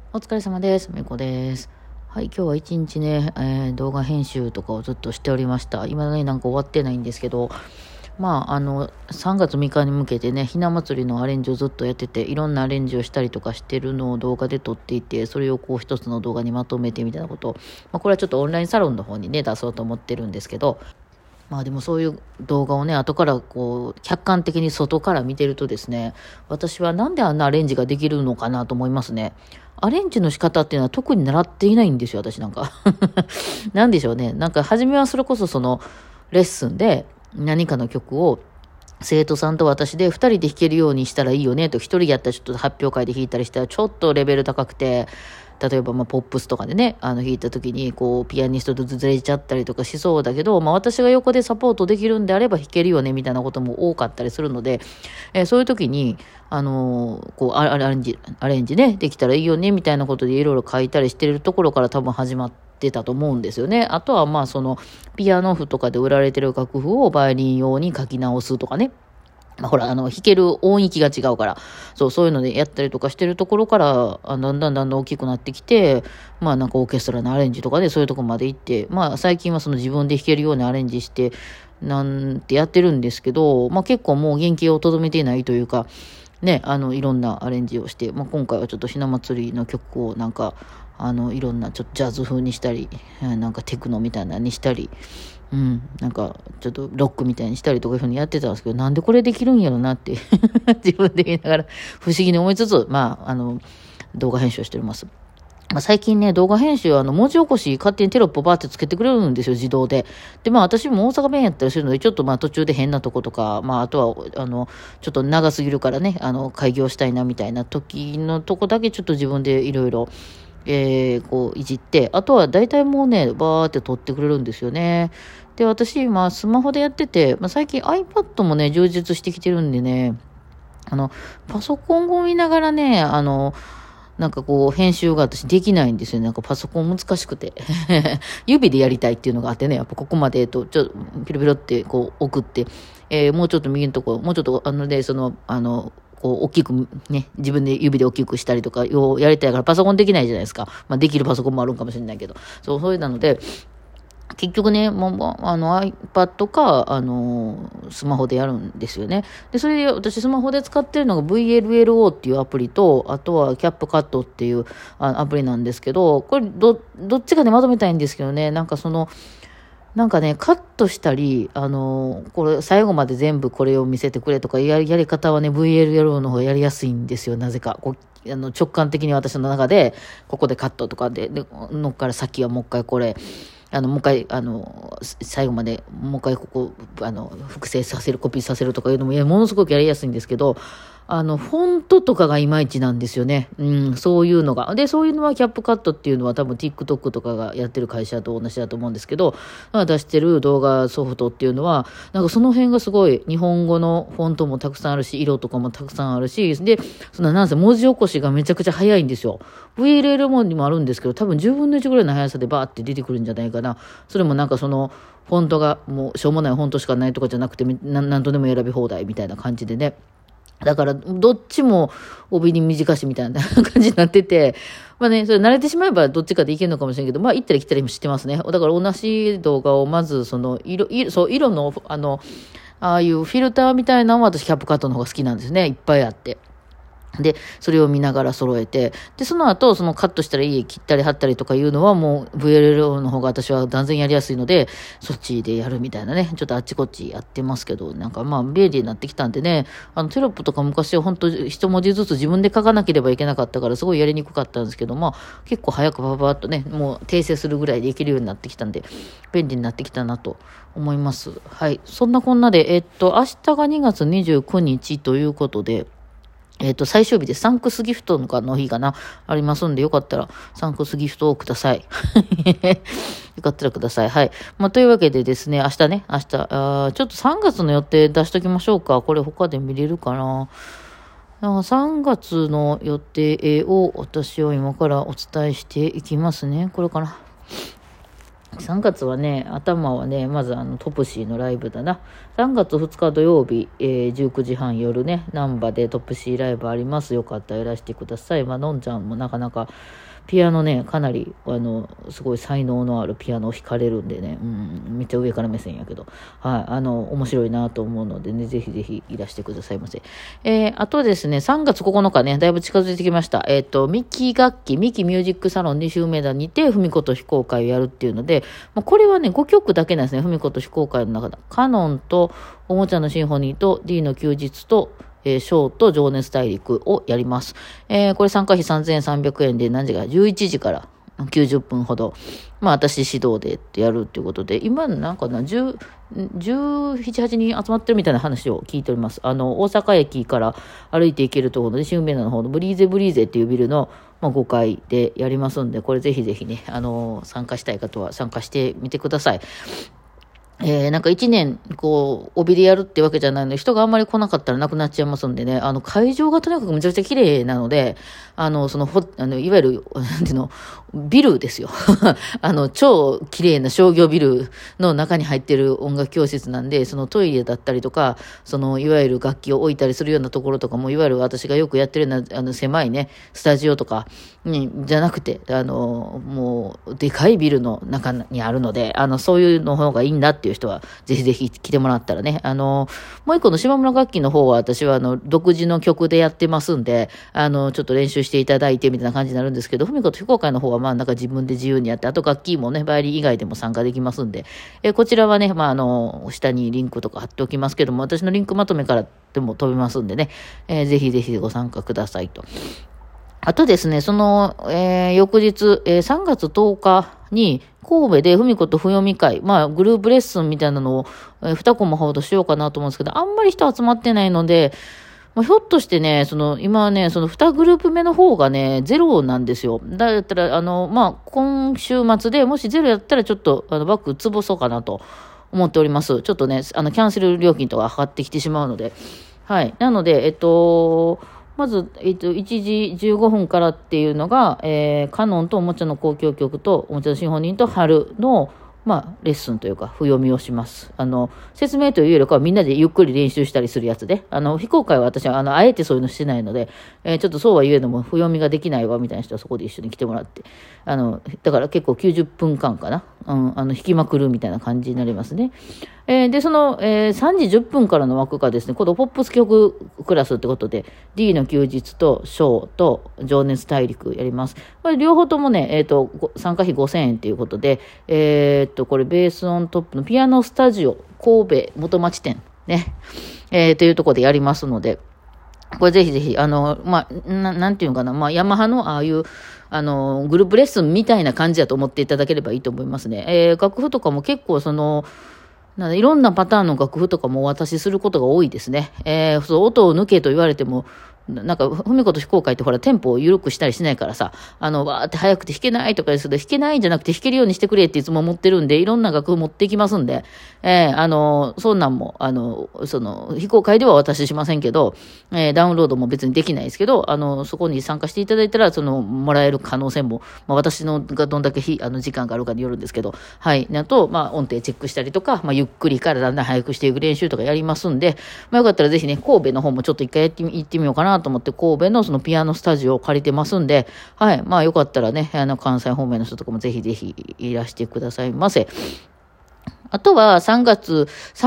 お疲れ様です。めいこです。はい、今日は一日ね、動画編集とかをずっとしておりました。今ね、なんか終わってないんですけど、3月3日に向けてね、ひな祭りのアレンジをずっとやってて、いろんなアレンジをしたりとかしてるのを動画で撮っていて、それをこう一つの動画にまとめてみたいなことを、これはちょっとオンラインサロンの方にね、出そうと思ってるんですけど、でもそういう動画をね、後からこう、客観的に外から見てるとですね、私はなんであんなアレンジができるのかなと思いますね。アレンジの仕方っていうのは特に習っていないんですよ、私なんか。なんでしょうね。なんか初めはそれこそそのレッスンで何かの曲を生徒さんと私で二人で弾けるようにしたらいいよねと、一人やったらちょっと発表会で弾いたりしたらちょっとレベル高くて、例えばポップスとかでね、弾いた時にこうピアニストとずれちゃったりとかしそうだけど、私が横でサポートできるんであれば弾けるよねみたいなことも多かったりするので、そういう時にこうアレンジねできたらいいよねみたいなことでいろいろ書いたりしてるところから多分始まってたと思うんですよね。あとはそのピアノ譜とかで売られてる楽譜をバイオリン用に書き直すとかね。ほら、弾ける音域が違うから、そういうのでやったりとかしてるところから、だんだん大きくなってきて、なんかオーケストラのアレンジとかでそういうとこまで行って、最近はその自分で弾けるようにアレンジして、なんてやってるんですけど、結構もう原型をとどめていないというか、ね、いろんなアレンジをして、今回はちょっとひな祭りの曲をなんか、いろんなちょっとジャズ風にしたり、なんかテクノみたいなにしたり、なんかちょっとロックみたいにしたりとかいうふうにやってたんですけど、なんでこれできるんやろなって自分で言いながら不思議に思いつつ、動画編集をしております。最近ね、動画編集文字起こし勝手にテロップをバーってつけてくれるんですよ、自動で。で、私も大阪弁やったりするので、ちょっと途中で変なとことか、あとは、ちょっと長すぎるからね、開業したいなみたいな時のとこだけちょっと自分でいろいろ、こういじって、あとは大体もうね、バーって撮ってくれるんですよね。で、私今スマホでやってて、最近 iPad もね、充実してきてるんでね、パソコンを見ながらね、なんかこう、編集が私できないんですよね。なんかパソコン難しくて。指でやりたいっていうのがあってね、やっぱここまで、ピロピロってこう送って、もうちょっと右のところ、もうちょっと、こう、大きくね、自分で指で大きくしたりとか、やりたいからパソコンできないじゃないですか。できるパソコンもあるんかもしれないけど。そういうなので、結局ね、iPad か、スマホでやるんですよね。で、それで私スマホで使ってるのが VLLO っていうアプリと、あとは CapCut っていうアプリなんですけど、これどっちかでまとめたいんですけどね、なんかね、カットしたり、これ、最後まで全部これを見せてくれとか、やり方はね、VLLO の方がやりやすいんですよ、なぜか。直感的に私の中で、ここでカットとかで、のっから先はもう一回これ、もう一回、最後まで、もう一回ここ、複製させる、コピーさせるとかいうのも、ものすごくやりやすいんですけど、フォントとかがいまいちなんですよね。そういうのが。で、そういうのはキャップカットっていうのは多分 TikTok とかがやってる会社と同じだと思うんですけど、出してる動画ソフトっていうのは、なんかその辺がすごい日本語のフォントもたくさんあるし、色とかもたくさんあるし、で、なんせ文字起こしがめちゃくちゃ早いんですよ。VLL もにもあるんですけど、多分10分の1ぐらいの速さでバーって出てくるんじゃないかな。それもなんかフォントがもうしょうもないフォントしかないとかじゃなくて、なんとでも選び放題みたいな感じでね。だから、どっちも帯に短しみたいな感じになってて、それ慣れてしまえばどっちかでいけるのかもしれんけど、行ったり来たりもしてますね。だから同じ動画をまず、色の、ああいうフィルターみたいなのは私キャップカットの方が好きなんですね。いっぱいあって。で、それを見ながら揃えて、で、その後、カットしたらいい切ったり貼ったりとかいうのはもう VLL の方が私は断然やりやすいので、そっちでやるみたいなね、ちょっとあっちこっちやってますけど、なんか便利になってきたんでね、テロップとか昔は本当一文字ずつ自分で書かなければいけなかったからすごいやりにくかったんですけど、結構早くパパッとね、もう訂正するぐらいでいけるようになってきたんで、便利になってきたなと思います。はい。そんなこんなで、明日が2月29日ということで、最終日でサンクスギフトの日がありますんで、よかったらサンクスギフトをください。よかったらください。はい。というわけでですね、明日、ちょっと3月の予定出しときましょうか。これ他で見れるかな。3月の予定を私は今からお伝えしていきますね。これかな。3月はね、頭はね、まずトプシーのライブだな。 3月2日土曜日、19時半夜ね、難波でトップ C ライブあります。よかったらいらしてください。のんちゃんもなかなかピアノね、かなりすごい才能のあるピアノを弾かれるんでね、めっちゃ上から目線やけど、はい、面白いなと思うのでね、ぜひぜひいらしてくださいませ。あとですね、3月9日ね、だいぶ近づいてきました。ミキ楽器、ミキミュージックサロン西梅田にて、文子と非公開をやるっていうので、これはね、5曲だけなんですね、文子と非公開の中で。カノンと、おもちゃのシンフォニーと、D の休日と、ショーと情熱大陸をやります。これ参加費3300円で何時か11時から90分ほど、私指導でやるっていうことで、今なんかな、17、8人集まってるみたいな話を聞いております。大阪駅から歩いて行けるところの西梅田の方のブリーゼっていうビルの5階でやりますんで、これぜひぜひね、参加したい方は参加してみてください。なんか一年、帯でやるってわけじゃないので、人があんまり来なかったらなくなっちゃいますんでね、会場がとにかくめちゃくちゃ綺麗なので、いわゆる、なんていうの、ビルですよ。超綺麗な商業ビルの中に入ってる音楽教室なんで、そのトイレだったりとか、いわゆる楽器を置いたりするようなところとかも、いわゆる私がよくやってるような、狭いね、スタジオとかじゃなくて、もう、でかいビルの中にあるので、そういうの方がいいんだっていう人は、ぜひぜひ来てもらったらね、もう一個の島村楽器の方は、私は独自の曲でやってますんで、ちょっと練習していただいてみたいな感じになるんですけど、文子と非公開の方は、なんか自分で自由にやって、あと楽器もね、バイオリン以外でも参加できますんで、こちらはね、下にリンクとか貼っておきますけども、私のリンクまとめからでも飛びますんでね、ぜひぜひご参加くださいと。あとですね、翌日、3月10日に、神戸で文子と不読み会、グループレッスンみたいなのを、2コマほどしようかなと思うんですけど、あんまり人集まってないので、ひょっとしてね、今はね、2グループ目の方がね、ゼロなんですよ。だったら、今週末でもしゼロやったらちょっと、バッグ潰そうかなと思っております。ちょっとね、キャンセル料金とか上がってきてしまうので。はい。なので、まず、1時15分からっていうのが、カノンとおもちゃの交響曲と、おもちゃのシンフォニーと春の、レッスンというか、不読みをします。説明というよりかはみんなでゆっくり練習したりするやつで、非公開は私は、あえてそういうのしてないので、ちょっとそうは言えども、不読みができないわ、みたいな人はそこで一緒に来てもらって、だから結構90分間かな、弾きまくるみたいな感じになりますね。で、3時10分からの枠がですね、今度ポップス曲クラスってことで、D の休日とショーと情熱大陸やります。これ両方ともね、参加費5000円ということで、これベースオントップのピアノスタジオ神戸元町店ね、というところでやりますので、これぜひぜひ、なんていうのかな、ヤマハのああいう、グループレッスンみたいな感じだと思っていただければいいと思いますね。楽譜とかも結構いろんなパターンの楽譜とかもお渡しすることが多いですね。音を抜けと言われても、なんか、文子と非公開ってほら、テンポを緩くしたりしないからさ、わーって早くて弾けないとかですけど、弾けないんじゃなくて弾けるようにしてくれっていつも思ってるんで、いろんな楽譜持ってきますんで、そんなんも、非公開ではお渡ししませんけど、ダウンロードも別にできないですけど、そこに参加していただいたら、もらえる可能性も、私のがどんだけ時間があるかによるんですけど、はい。あと、音程チェックしたりとか、ゆっくりからだんだん早くしていく練習とかやりますんで、よかったらぜひね、神戸の方もちょっと一回行ってみようかなと思って、神戸のそのピアノスタジオを借りてますんで、はい。よかったらね、関西方面の人とかもぜひぜひいらしてくださいませ。あとは3月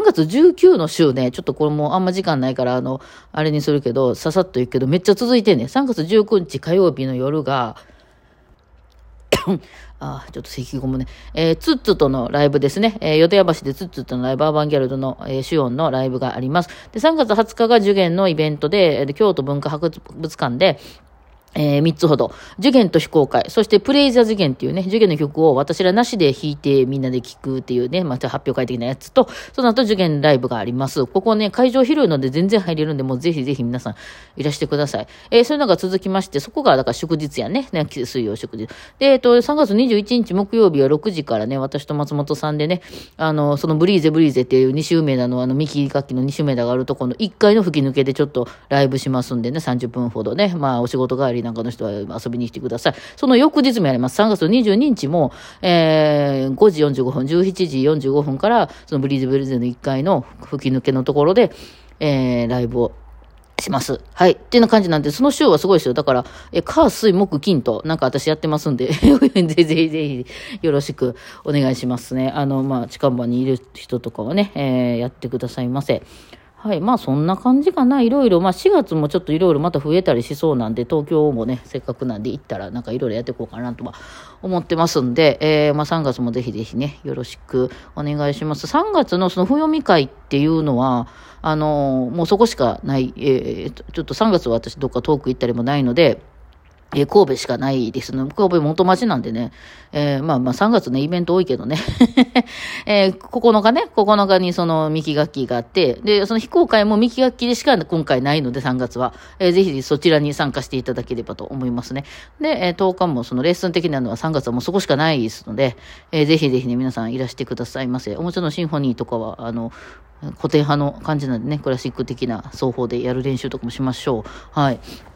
19の週ね、ちょっとこれもあんま時間ないから、あれにするけど、ささっと言うけど、めっちゃ続いてね、3月19日火曜日の夜が、ちょっと咳込むね。ツッツとのライブですね。淀屋橋でツッツとのライブ、アバンギャルドの、シオンのライブがあります。で、3月20日が受験のイベントで、京都文化博物館で、3つほど。受験と非公開。そしてプレイザ受験っていうね、受験の曲を私らなしで弾いてみんなで聴くっていうね、発表会的なやつと、その後受験ライブがあります。ここね、会場広いので全然入れるんで、もうぜひぜひ皆さんいらしてください。そういうのが続きまして、そこがだから祝日やね。水曜祝日。で、3月21日木曜日は6時からね、私と松本さんでね、そのブリーゼっていう西梅田のミキ楽器の西梅田があるところの1階の吹き抜けでちょっとライブしますんでね、30分ほどね、お仕事帰りりなんかの人は遊びに来てください。その翌日もやります。3月22日も、5時45分、17時45分から、そのブリーズブリーズの1階の吹き抜けのところで、ライブをします。はい。っていうような感じなんで、その週はすごいですよ。だから、火、水、木、金と、なんか私やってますんで、ぜひぜひよろしくお願いしますね。近場にいる人とかはね、やってくださいませ。はい。そんな感じかな。いろいろ、4月もちょっといろいろまた増えたりしそうなんで、東京もね、せっかくなんで行ったら、なんかいろいろやっていこうかなとは思ってますんで、3月もぜひぜひね、よろしくお願いします。3月のその冬読み会っていうのは、もうそこしかない、ちょっと3月は私どっか遠く行ったりもないので、神戸しかないですね。神戸元町なんでね。3月ね、イベント多いけどね。9日ね、9日にその見木楽器があって、で、その非公開も見木楽器でしか今回ないので、3月は。ぜひそちらに参加していただければと思いますね。で、10日もそのレッスン的なのは3月はもうそこしかないですので、ぜひぜひね、皆さんいらしてくださいませ。もちろんシンフォニーとかは、古典派の感じなんでね、クラシック的な奏法でやる練習とかもしましょう。はい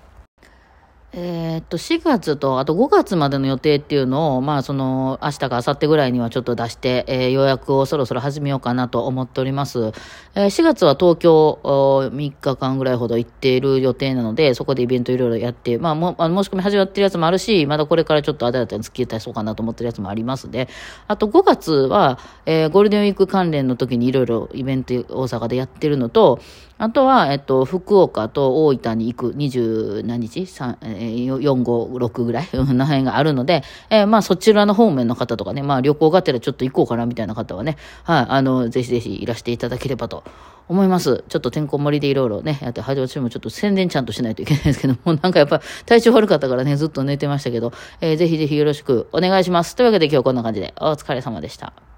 。4月と、あと5月までの予定っていうのを、明日か明後日ぐらいにはちょっと出して、予約をそろそろ始めようかなと思っております。4月は東京3日間ぐらいほど行っている予定なので、そこでイベントいろいろやって、申し込み始まってるやつもあるし、まだこれからちょっとあだやったに付き合いそうかなと思ってるやつもありますで、あと5月は、ゴールデンウィーク関連の時にいろいろイベント大阪でやってるのと、あとは、福岡と大分に行く20何日4、5、6ぐらいの辺があるので、そちらの方面の方とかね、旅行がてらちょっと行こうかなみたいな方はね、はい、ぜひぜひいらしていただければと思います。ちょっとてんこ盛りでいろいろね、やって、私もちょっと宣伝ちゃんとしないといけないですけども、なんかやっぱ体調悪かったからね、ずっと寝てましたけど、ぜひぜひよろしくお願いします。というわけで今日はこんな感じでお疲れ様でした。